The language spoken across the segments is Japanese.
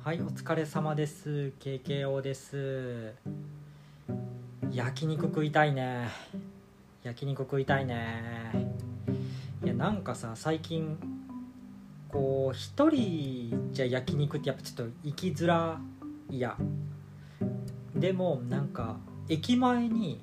はい、お疲れ様です。 KKO です。焼肉食いたいね。いや、なんかさ、最近こう一人じゃ焼肉ってやっぱちょっと行きづらいや。でもなんか駅前に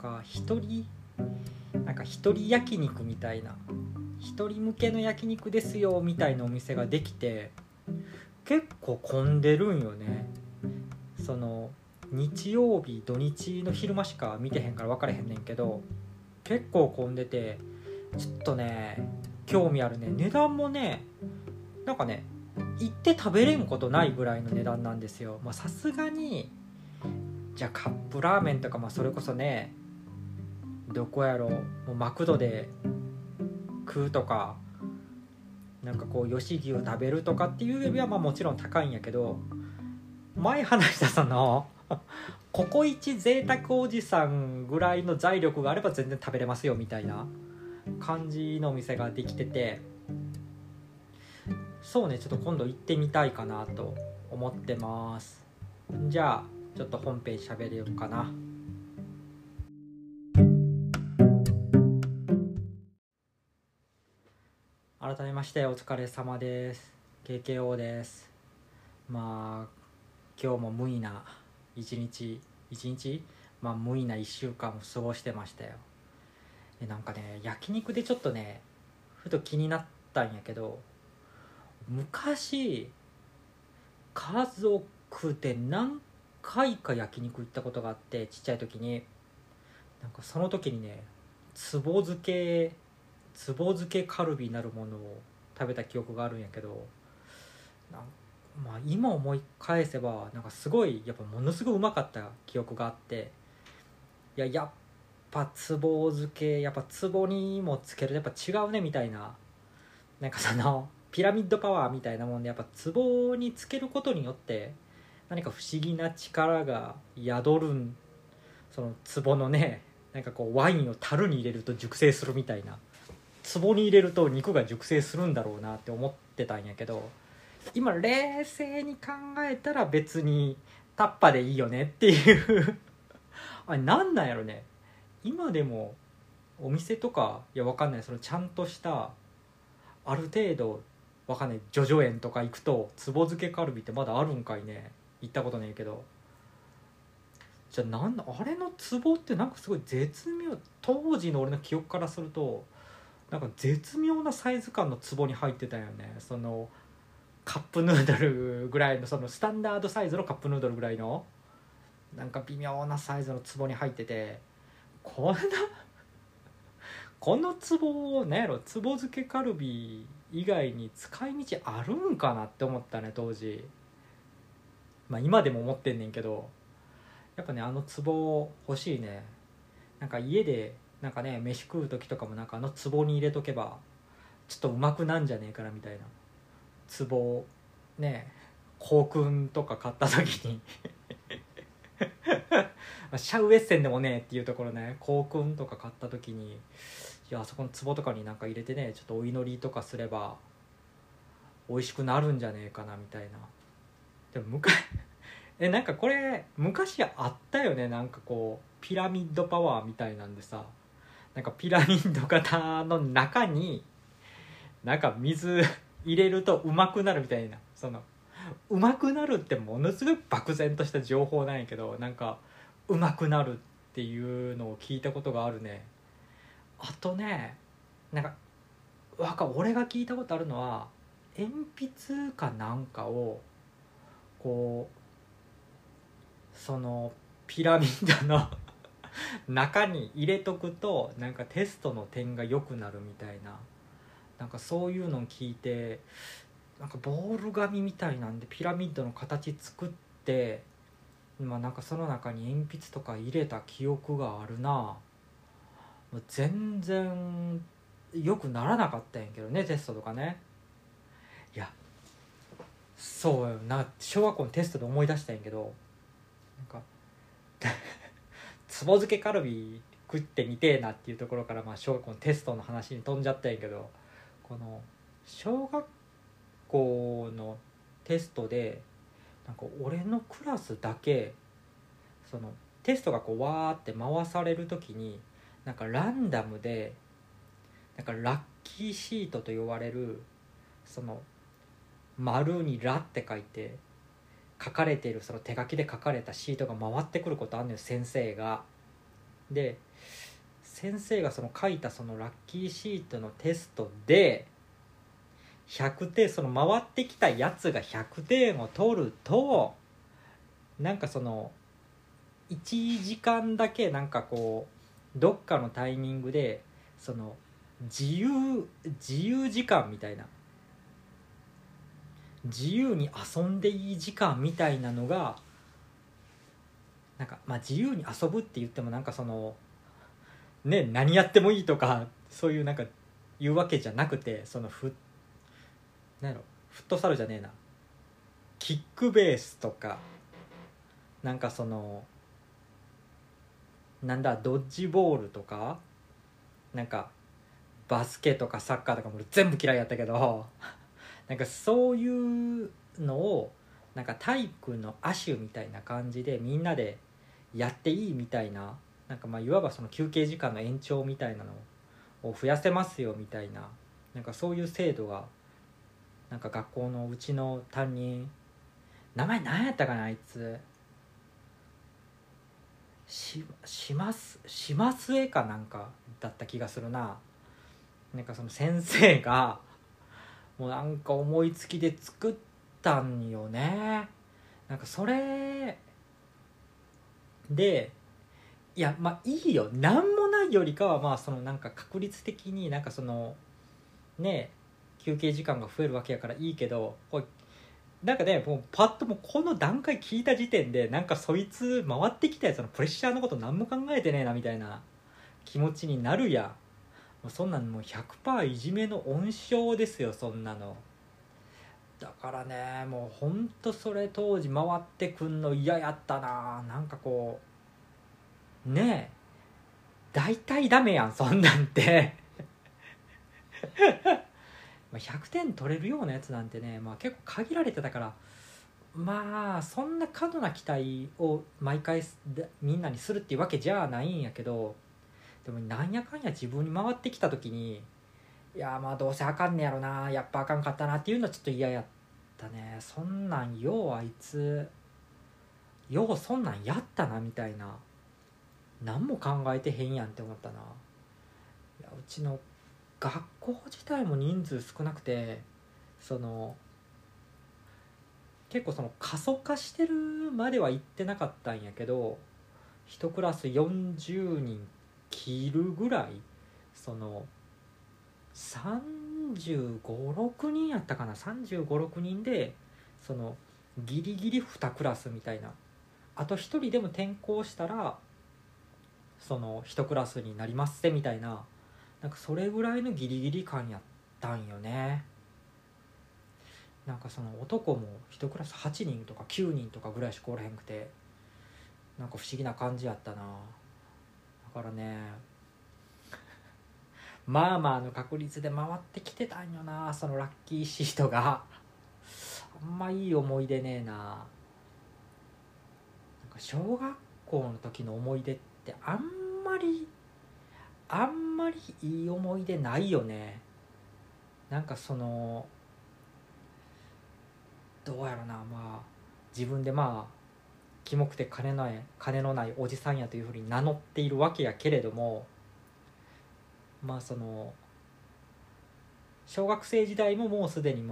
一人焼肉みたいな、一人向けの焼肉ですよみたいなお店ができて、結構混んでるんよね。その日曜日土日の昼間しか見てへんから分からへんねんけど、結構混んでて、ちょっとね興味あるね。値段もね、なんかね、行って食べれんことないぐらいの値段なんですよ。さすがにじゃあカップラーメンとか、それこそね、どこやろう、もうマクドで食うとか、なんかこう吉牛食べるとかっていうよりはもちろん高いんやけど、前話したそのココイチ贅沢おじさんぐらいの財力があれば全然食べれますよみたいな感じのお店ができてて、そうね、ちょっと今度行ってみたいかなと思ってます。じゃあちょっと本編喋れようかな。改めましてお疲れ様です。 KKO です。今日も無意な一日、無意な1週間を過ごしてましたよ。なんかね、焼肉でちょっとね、ふと気になったんやけど、昔家族で何回か焼肉行ったことがあって、ちっちゃい時に。なんかその時にね、つぼ漬けカルビなるものを食べた記憶があるんやけど、なん今思い返せばなんかすごい、やっぱものすごいうまかった記憶があって、やっぱつぼ漬け、やっぱつぼにもつけるとやっぱ違うねみたいな、なんかそのピラミッドパワーみたいなもんで、やっぱつぼにつけることによって何か不思議な力が宿るん。そのつぼのね、なんかこうワインを樽に入れると熟成するみたいな、壺に入れると肉が熟成するんだろうなって思ってたんやけど、今冷静に考えたら別にタッパでいいよねっていうあれなんなんやろね。今でもお店とか、いやわかんない、そのちゃんとしたある程度わかんない叙々苑とか行くと壺漬けカルビってまだあるんかいね。行ったことないけど。じゃああれの壺ってなんかすごい絶妙、当時の俺の記憶からするとなんか絶妙なサイズ感の壺に入ってたよね。そのカップヌードルぐらいの、そのスタンダードサイズのカップヌードルぐらいのなんか微妙なサイズの壺に入ってて、こんなこの壺をねやろ、壺漬けカルビ以外に使い道あるんかなって思ったね当時。今でも思ってんねんけど、やっぱね、あの壺欲しいね。なんか家でなんかね飯食う時とかもなんかあの壺に入れとけばちょっとうまくなんじゃねえかなみたいな。壺ね、香薫とか買った時にシャウエッセンでもねっていうところね、香薫とか買った時に、いやあそこの壺とかになんか入れてね、ちょっとお祈りとかすれば美味しくなるんじゃねえかなみたいな。でもなんかこれ昔あったよね。なんかこうピラミッドパワーみたいなんでさ、なんかピラミッド型の中になんか水入れるとうまくなるみたいな。そのうまくなるってものすごい漠然とした情報なんやけど、なんかうまくなるっていうのを聞いたことがあるね。あとね、なんか俺が聞いたことあるのは、鉛筆かなんかをこうそのピラミッドの中に入れとくとなんかテストの点が良くなるみたいな、なんかそういうのを聞いて、なんかボール紙みたいなんでピラミッドの形作って、なんかその中に鉛筆とか入れた記憶があるな。全然良くならなかったんやけどね、テストとかね。いやそうよな、小学校のテストで思い出したんやけど、なんかつぼ漬けカルビ食ってみてえなっていうところから、小学校のテストの話に飛んじゃったんやけど、この小学校のテストでなんか俺のクラスだけそのテストがこうわーって回される時になんかランダムでなんかラッキーシートと呼ばれるその丸にラって書いて書かれているその手書きで書かれたシートが回ってくることあんのよ先生が。で先生がその書いたそのラッキーシートのテストで100点その回ってきたやつが100点を取るとなんかその1時間だけなんかこうどっかのタイミングでその自由時間みたいな自由に遊んでいい時間みたいなのがなんかまあ自由に遊ぶって言ってもなんかそのね何やってもいいとかそういうなんか言うわけじゃなくてそのなんやろフットサルじゃねえなキックベースとかなんかそのなんだドッジボールとかなんかバスケとかサッカーとかも全部嫌いやったけどなんかそういうのをなんか体育の亜種みたいな感じでみんなでやっていいみたいななんかまあいわばその休憩時間の延長みたいなのを増やせますよみたいななんかそういう制度がなんか学校のうちの担任名前何やったかなあいつしますえかなんかだった気がするな。なんかその先生がもうなんか思いつきで作ったんよね。なんかそれでいやまあいいよなんもないよりかはまあそのなんか確率的になんかそのね休憩時間が増えるわけやからいいけどこれなんかねもうパッともうこの段階聞いた時点でなんかそいつ回ってきたやつのプレッシャーのこと何も考えてねえなみたいな気持ちになるやん。もうそんなんもう 100% いじめの温床ですよそんなの。だからねもうほんとそれ当時回ってくんの嫌やったな。なんかこうねえ大体ダメやんそんなんてまあ100点取れるようなやつなんてね、まあ、結構限られてたからまあそんな過度な期待を毎回みんなにするっていうわけじゃないんやけどでもなんやかんや自分に回ってきた時にいやまあどうせあかんねやろなやっぱあかんかったなっていうのはちょっと嫌やったね。そんなんようあいつようそんなんやったなみたいな何も考えてへんやんって思ったな。いやうちの学校自体も人数少なくてその結構その過疎化してるまでは行ってなかったんやけど一クラス40人切るぐらいその35、6人やったかな35、6人でそのギリギリ2クラスみたいなあと1人でも転校したらその1クラスになりますせみたいななんかそれぐらいのギリギリ感やったんよね。なんかその男も1クラス8人とか9人とかぐらいしかおらへんくてなんか不思議な感じやったな。だからねまあまあの確率で回ってきてたんよなそのラッキーシートがあんまいい思い出ねえな。なんか小学校の時の思い出ってあんまりいい思い出ないよね。なんかそのどうやろなまあ自分でまあキモくて金のないおじさんやというふうに名乗っているわけやけれどもまあその小学生時代ももうすでに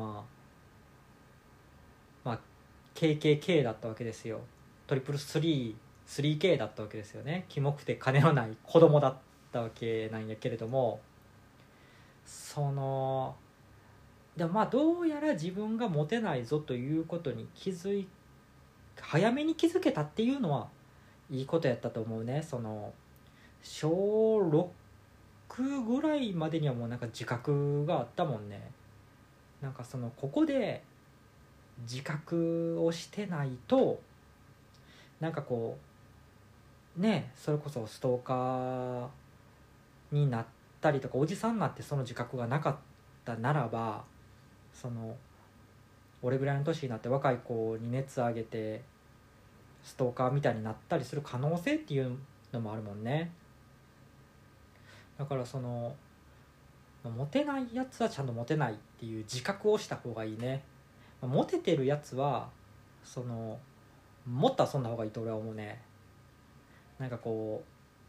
まあ KKK だったわけですよ。トリプルスリー 3K だったわけですよね。キモくて金のない子供だったわけなんやけれどもそのでもまあどうやら自分がモテないぞということに早めに気づけたっていうのはいいことやったと思うね。その小6ぐらいまでにはもうなんか自覚があったもんね。なんかそのここで自覚をしてないとなんかこうねそれこそストーカーになったりとかおじさんになってその自覚がなかったならばその俺ぐらいの年になって若い子に熱上げてストーカーみたいになったりする可能性っていうのもあるもんね。だからそのモテないやつはちゃんとモテないっていう自覚をした方がいいね。モテてるやつはそのもっと遊んだ方がいいと俺は思うね。なんかこう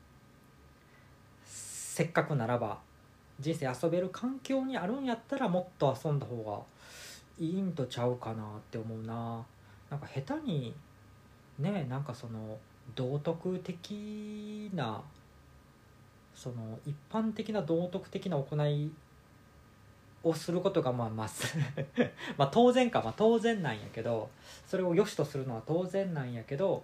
せっかくならば人生遊べる環境にあるんやったらもっと遊んだ方がいいんとちゃうかなって思うな。なんか下手にね、なんかその道徳的なその一般的な道徳的な行いをすることがまあまあ当然か、まあ当然なんやけど、それを良しとするのは当然なんやけど、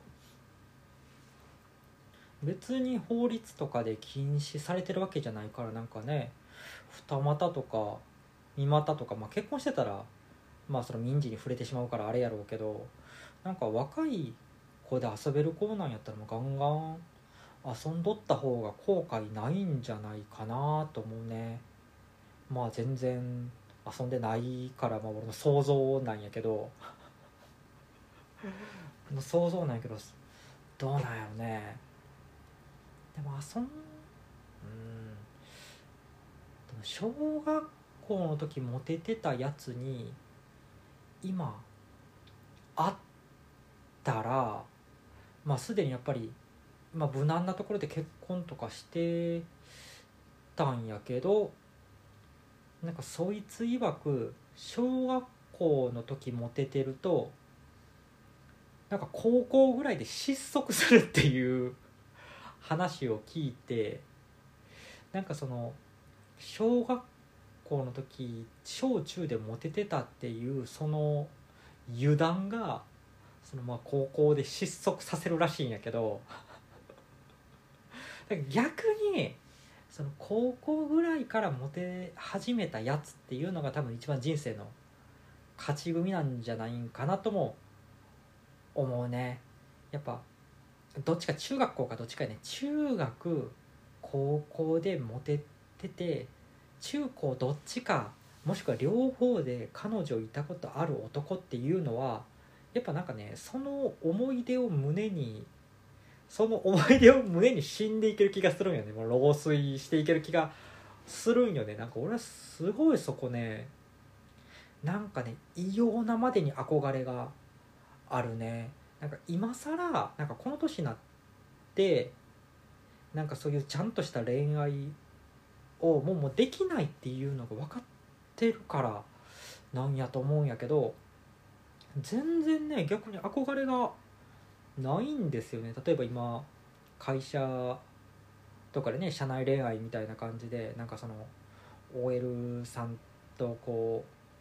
別に法律とかで禁止されてるわけじゃないから、なんかね、二股とか三股とか、まあ結婚してたらまあその民事に触れてしまうからあれやろうけど、なんか若い子で遊べる子なんやったらもうガンガン遊んどった方が後悔ないんじゃないかなと思うね。まあ全然遊んでないから、まあ俺の想像なんやけど想像なんやけどどうなんやろね。でもでも小学校の時モテてたやつに今会ったら、まあすでにやっぱり、まあ、無難なところで結婚とかしてたんやけど、なんかそいつ曰く小学校の時モテてるとなんか高校ぐらいで失速するっていう話を聞いて、なんかその小学校の時小中でモテてたっていうその油断がそのまあ高校で失速させるらしいんやけど、だから逆にその高校ぐらいからモテ始めたやつっていうのが多分一番人生の勝ち組なんじゃないんかなとも思うね。やっぱどっちか中学校かどっちかやね。中学高校でモテてて、中高どっちかもしくは両方で彼女いたことある男っていうのはやっぱなんかね、その思い出を胸に死んでいける気がするんよね。もう老衰していける気がするんよね。なんか俺はすごいそこね、なんかね異様なまでに憧れがあるね。なんか今更なんかこの年になってなんかそういうちゃんとした恋愛をもうできないっていうのが分かってるからなんやと思うんやけど、全然ね逆に憧れがないんですよね。例えば今会社とかでね、社内恋愛みたいな感じでなんかその OL さんとこ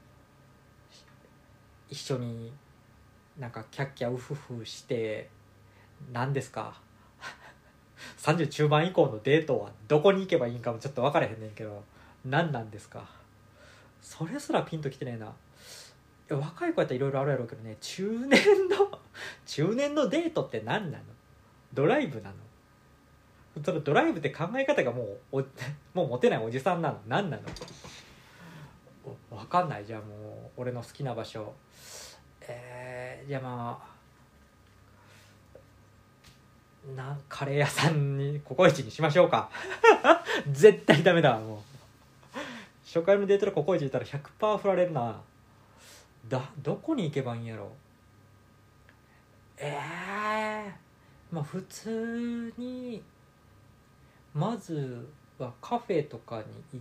う一緒になんかキャッキャウフフして何ですか30中盤以降のデートはどこに行けばいいんかもちょっと分からへんねんけど、何なんですか。それすらピンときてねえな。いや若い子やったらいろいろあるやろうけどね、中年のデートって何なの。ドライブなの。そのドライブって考え方がもうモテないおじさんなの。何なの。分かんない。じゃあもう俺の好きな場所、じゃあまあカレー屋さんにココイチにしましょうか絶対ダメだ。もう初回のデートでココイチ行ったら 100% 振られるな。どこに行けばいいんやろ。まあ普通にまずはカフェとかに行って、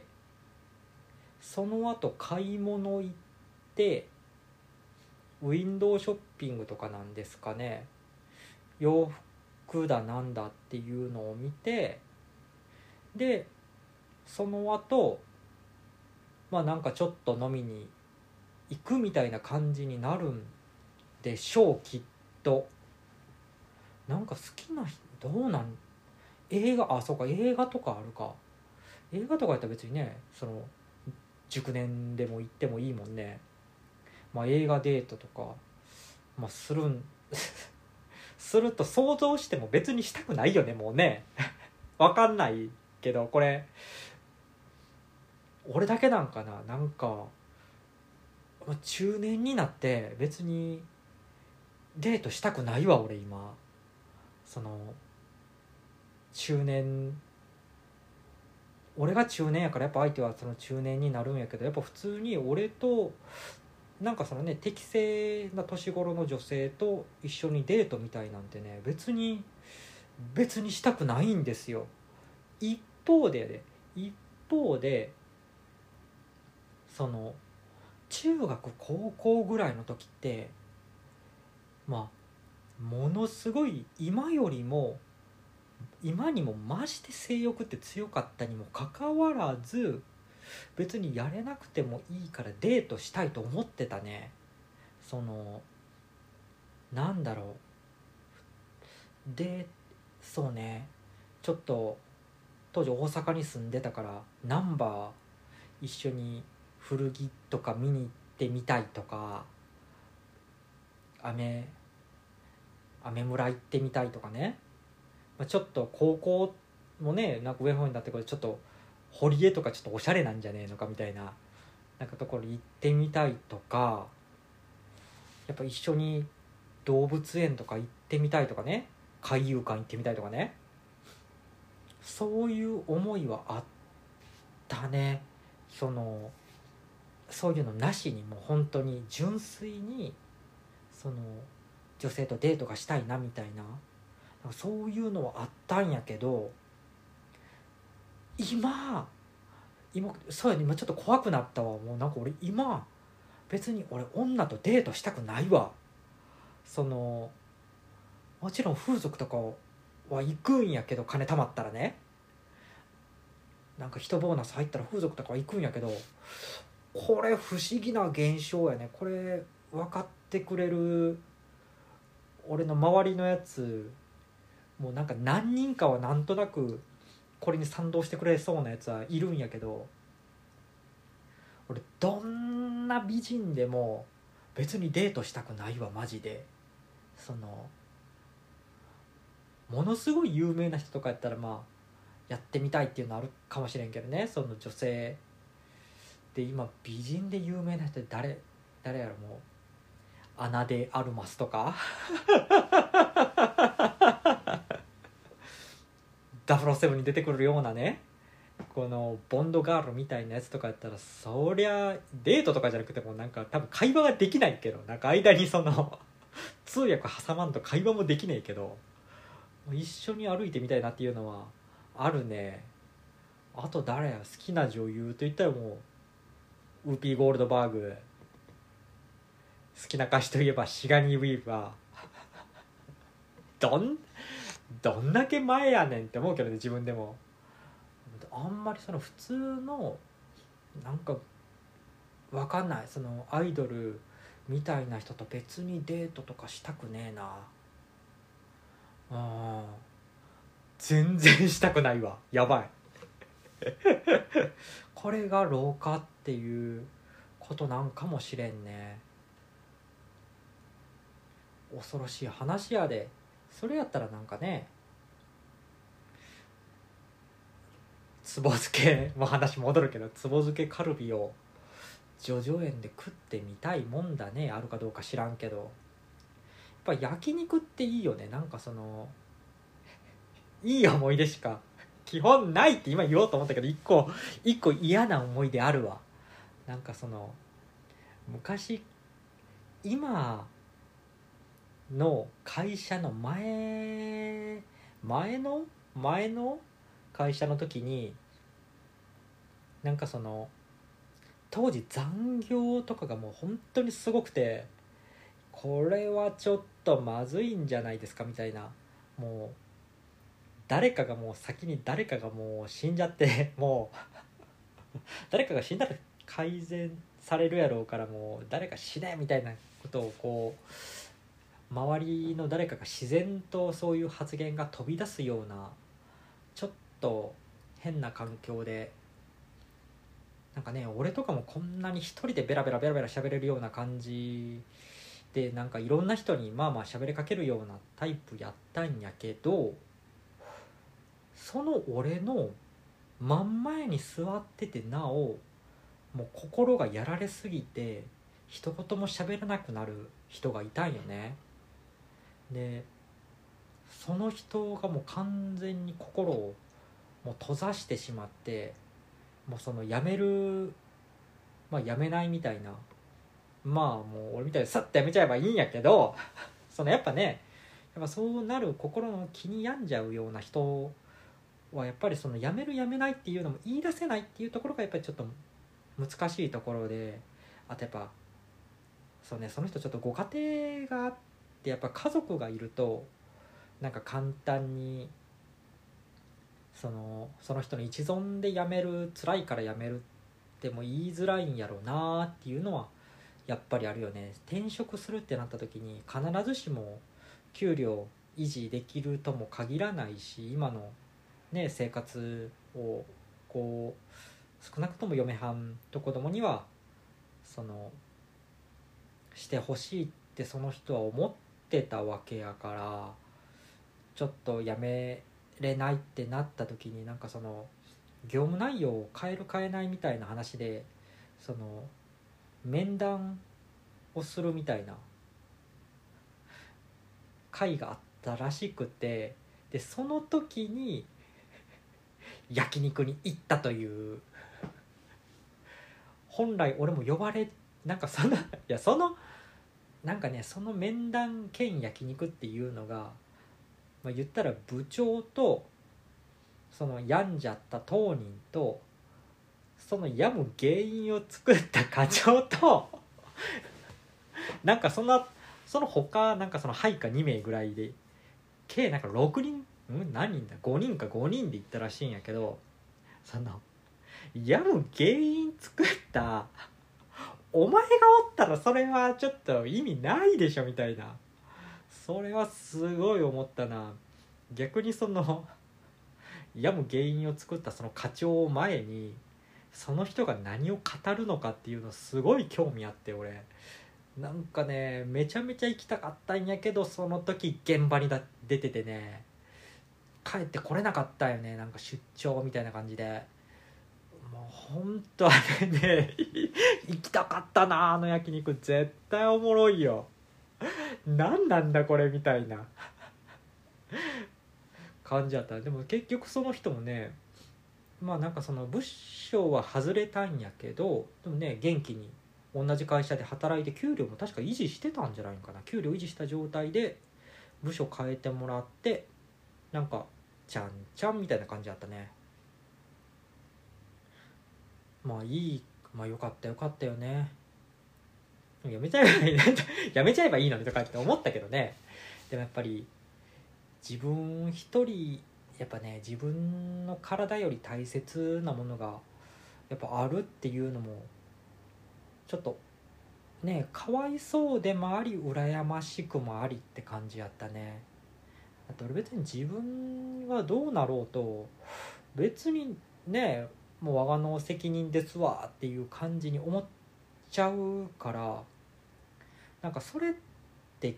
その後買い物行って、ウィンドウショッピングとかなんですかね、洋服だなんだっていうのを見て、でその後まあなんかちょっと飲みに行くみたいな感じになるんでしょうきっと。なんか好きな人どうなん、そうか映画とかあるか。映画とかやったら別にね、その熟年でも行ってもいいもんね。まあ映画デートとか、まあすると想像しても別にしたくないよねもうねわかんないけど、これ俺だけなんかな。なんかもう中年になって別にデートしたくないわ俺今。その中年、俺が中年やからやっぱ相手はその中年になるんやけど、やっぱ普通に俺となんかそのね適正な年頃の女性と一緒にデートみたいなんてね別にしたくないんですよ。一方で一方でその中学高校ぐらいの時ってまあものすごい今よりも今にも増して性欲って強かったにもかかわらず別にやれなくてもいいからデートしたいと思ってたね。そのなんだろうで、そうね、ちょっと当時大阪に住んでたからナンバー一緒に古着とか見に行ってみたいとか、アメ村行ってみたいとかね、ちょっと高校もねなんか上の方になってくるとちょっと堀江とかちょっとおしゃれなんじゃねえのかみたいななんかところ行ってみたいとか、やっぱ一緒に動物園とか行ってみたいとかね、海遊館行ってみたいとかね、そういう思いはあったね。そういうのなしにもう本当に純粋にその女性とデートがしたいなみたいな、そういうのはあったんやけど、今そうやね、今ちょっと怖くなったわ。もうなんか俺今別に俺女とデートしたくないわ。もちろん風俗とかは行くんやけど、金貯まったらね、なんか一ボーナス入ったら風俗とかは行くんやけど、これ不思議な現象やね。これ分かってくれる俺の周りのやつもうなんか何人かはなんとなくこれに賛同してくれそうなやつはいるんやけど、俺どんな美人でも別にデートしたくないわマジで。ものすごい有名な人とかやったらまあやってみたいっていうのあるかもしれんけどね。その女性で今美人で有名な人誰やろ。もうアナデ・アルマスとか007に出てくるようなね、このボンドガールみたいなやつとかやったらそりゃデートとかじゃなくてもなんか多分会話ができないけど、なんか間に通訳挟まんと会話もできねえけど一緒に歩いてみたいなっていうのはあるね。あと誰や好きな女優といったらもうウーピー・ゴールドバーグ、好きな歌手といえばシガニー・ウィーバーどんだけ前やねんって思うけどね自分でも。あんまり普通のなんかわかんない、アイドルみたいな人と別にデートとかしたくねえな。全然したくないわ。やばいこれが老化っていうことなんかもしれんね。恐ろしい話やで。それやったらなんかね、つぼ漬けも話戻るけど、つぼ漬けカルビを叙々苑で食ってみたいもんだね。あるかどうか知らんけど、やっぱ焼肉っていいよね。なんかいい思い出しか基本ないって今言おうと思ったけど、一個嫌な思い出あるわ。なんか昔今の会社の前の会社の時になんか当時残業とかがもう本当にすごくて、これはちょっとまずいんじゃないですかみたいな、もう誰かがもう死んじゃってもう誰かが死んだら改善されるやろうから、もう誰か死ねみたいなことをこう周りの誰かが自然とそういう発言が飛び出すようなちょっと変な環境で、なんかね俺とかもこんなに一人でベラベラ喋れるような感じで、なんかいろんな人にまあまあ喋りかけるようなタイプやったんやけど、その俺の真ん前に座っててなおもう心がやられすぎて一言も喋らなくなる人がいたんよね。でその人がもう完全に心をもう閉ざしてしまって、もうそのやめる、やめないみたいな、もう俺みたいにさっとやめちゃえばいいんやけどそのやっぱね、やっぱそうなる心の気に病んじゃうような人はやっぱりそのやめるやめないっていうのも言い出せないっていうところがやっぱりちょっと難しいところで、あとやっぱそうね、その人ちょっとご家庭があって、やっぱ家族がいるとなんか簡単にその人の一存で辞める、辛いから辞めるっても言いづらいんやろうなっていうのはやっぱりあるよね。転職するってなった時に必ずしも給料維持できるとも限らないし、今のね生活をこう少なくとも嫁はんと子供にはそのしてほしいってその人は思ってたわけやから、ちょっとやめれないってなった時になんかその業務内容を変える変えないみたいな話でその面談をするみたいな会があったらしくて、でその時に焼肉に行ったという。本来俺も呼ばれなんかそのいやそのなんかね、その面談兼焼肉っていうのが、言ったら部長とその病んじゃった当人とその病む原因を作った課長となんかその他なんかその配下2名ぐらいで計なんか6人何人だ5人か5人で行ったらしいんやけど、その病む原因作ったお前がおったらそれはちょっと意味ないでしょみたいな、それはすごい思ったな。逆にその病む原因を作ったその課長を前にその人が何を語るのかっていうのすごい興味あって、俺なんかねめちゃめちゃ行きたかったんやけど、その時現場に出ててね帰ってこれなかったよね。なんか出張みたいな感じで、もうほんとあれね行きたかったな、あの焼肉絶対おもろいよ。何なんだこれみたいな感じだった。でも結局その人もね、なんかその部署は外れたんやけど、でもね元気に同じ会社で働いて給料も確か維持してたんじゃないかな。給料維持した状態で部署変えてもらって、なんかちゃんちゃんみたいな感じだったね。いい、よかったよかったよね。やめちゃえばいいやめちゃえばいいのにとかって思ったけどね。でもやっぱり自分一人やっぱね、自分の体より大切なものがやっぱあるっていうのもちょっとね、かわいそうでもあり羨ましくもありって感じやったね。あと俺別に自分はどうなろうと別にね、もう我がの責任ですわっていう感じに思っちゃうから、なんかそれって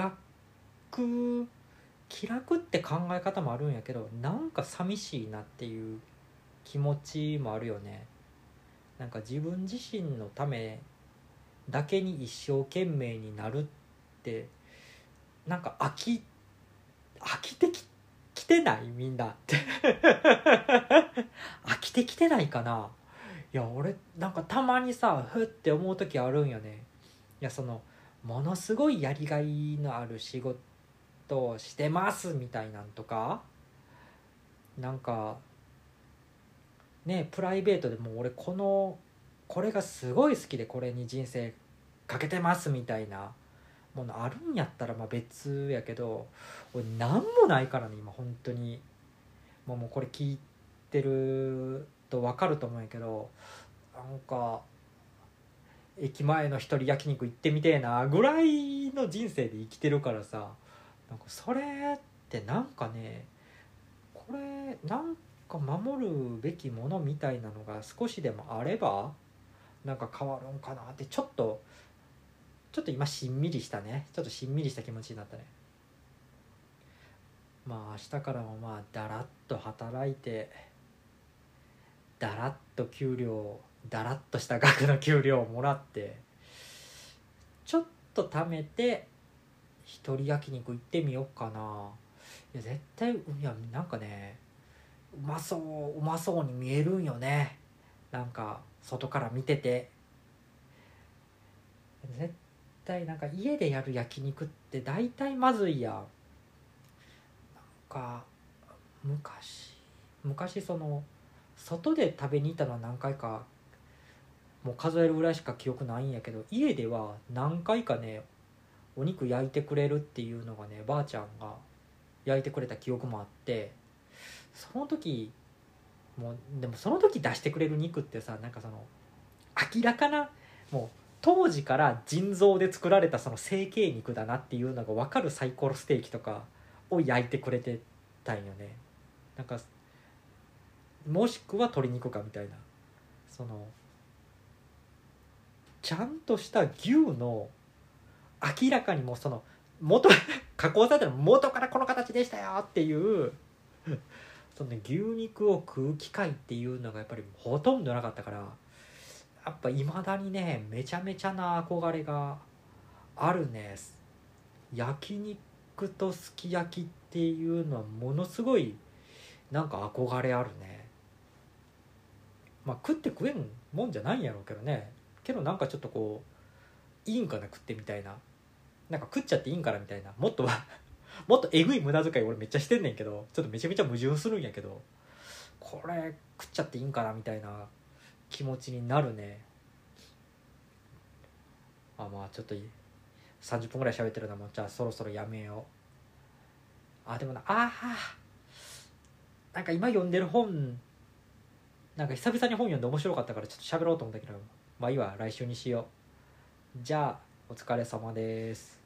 気楽って考え方もあるんやけど、なんか寂しいなっていう気持ちもあるよね。なんか自分自身のためだけに一生懸命になるってなんか飽きてきてないみんなって飽きてきてないかな。いや俺なんかたまにさふって思う時あるんよね。いやそのものすごいやりがいのある仕事をしてますみたいなんとか、なんかねプライベートでも俺これがすごい好きでこれに人生かけてますみたいなものあるんやったら別やけど、俺なんもないからね今本当に。もうこれ聞いてると分かると思うんやけど、なんか駅前の一人焼肉行ってみてえなぐらいの人生で生きてるからさ、なんかそれってなんかね、これなんか守るべきものみたいなのが少しでもあればなんか変わるんかなってちょっと今しんみりしたね、ちょっとしんみりした気持ちになったね。明日からもだらっと働いてだらっとだらっとした額の給料をもらってちょっと貯めて一人焼肉行ってみようかな。いや絶対、いやなんかね、うまそうに見えるんよね、なんか外から見てて。絶対なんか家でやる焼肉って大体まずいやん。なんか昔その外で食べに行ったのは何回かもう数えるぐらいしか記憶ないんやけど、家では何回かねお肉焼いてくれるっていうのがね、ばあちゃんが焼いてくれた記憶もあって、その時でもその時出してくれる肉ってさ、なんかその明らかな、もう当時から腎臓で作られたその成形肉だなっていうのが分かるサイコロステーキとかを焼いてくれてたんよね。なんかもしくは鶏肉かみたいな、そのちゃんとした牛の明らかにもうその元加工されたら元からこの形でしたよっていうその、ね、牛肉を食う機会っていうのがやっぱりほとんどなかったから、やっぱいまだにねめちゃめちゃな憧れがあるね。焼肉とすき焼きっていうのはものすごいなんか憧れあるね。まあ食って食えんもんじゃないんやろうけどね、けどなんかちょっとこういいんかな食ってみたいな、なんか食っちゃっていいんかなみたいな、もっとはもっとえぐい無駄遣い俺めっちゃしてんねんけど、ちょっとめちゃめちゃ矛盾するんやけど、これ食っちゃっていいんかなみたいな気持ちになるね。まあちょっと30分ぐらい喋ってるな、もうじゃあそろそろやめよう。でもなんか今読んでる本、なんか久々に本読んで面白かったからちょっと喋ろうと思ったけど、まあいいわ、来週にしよう。じゃあお疲れ様です。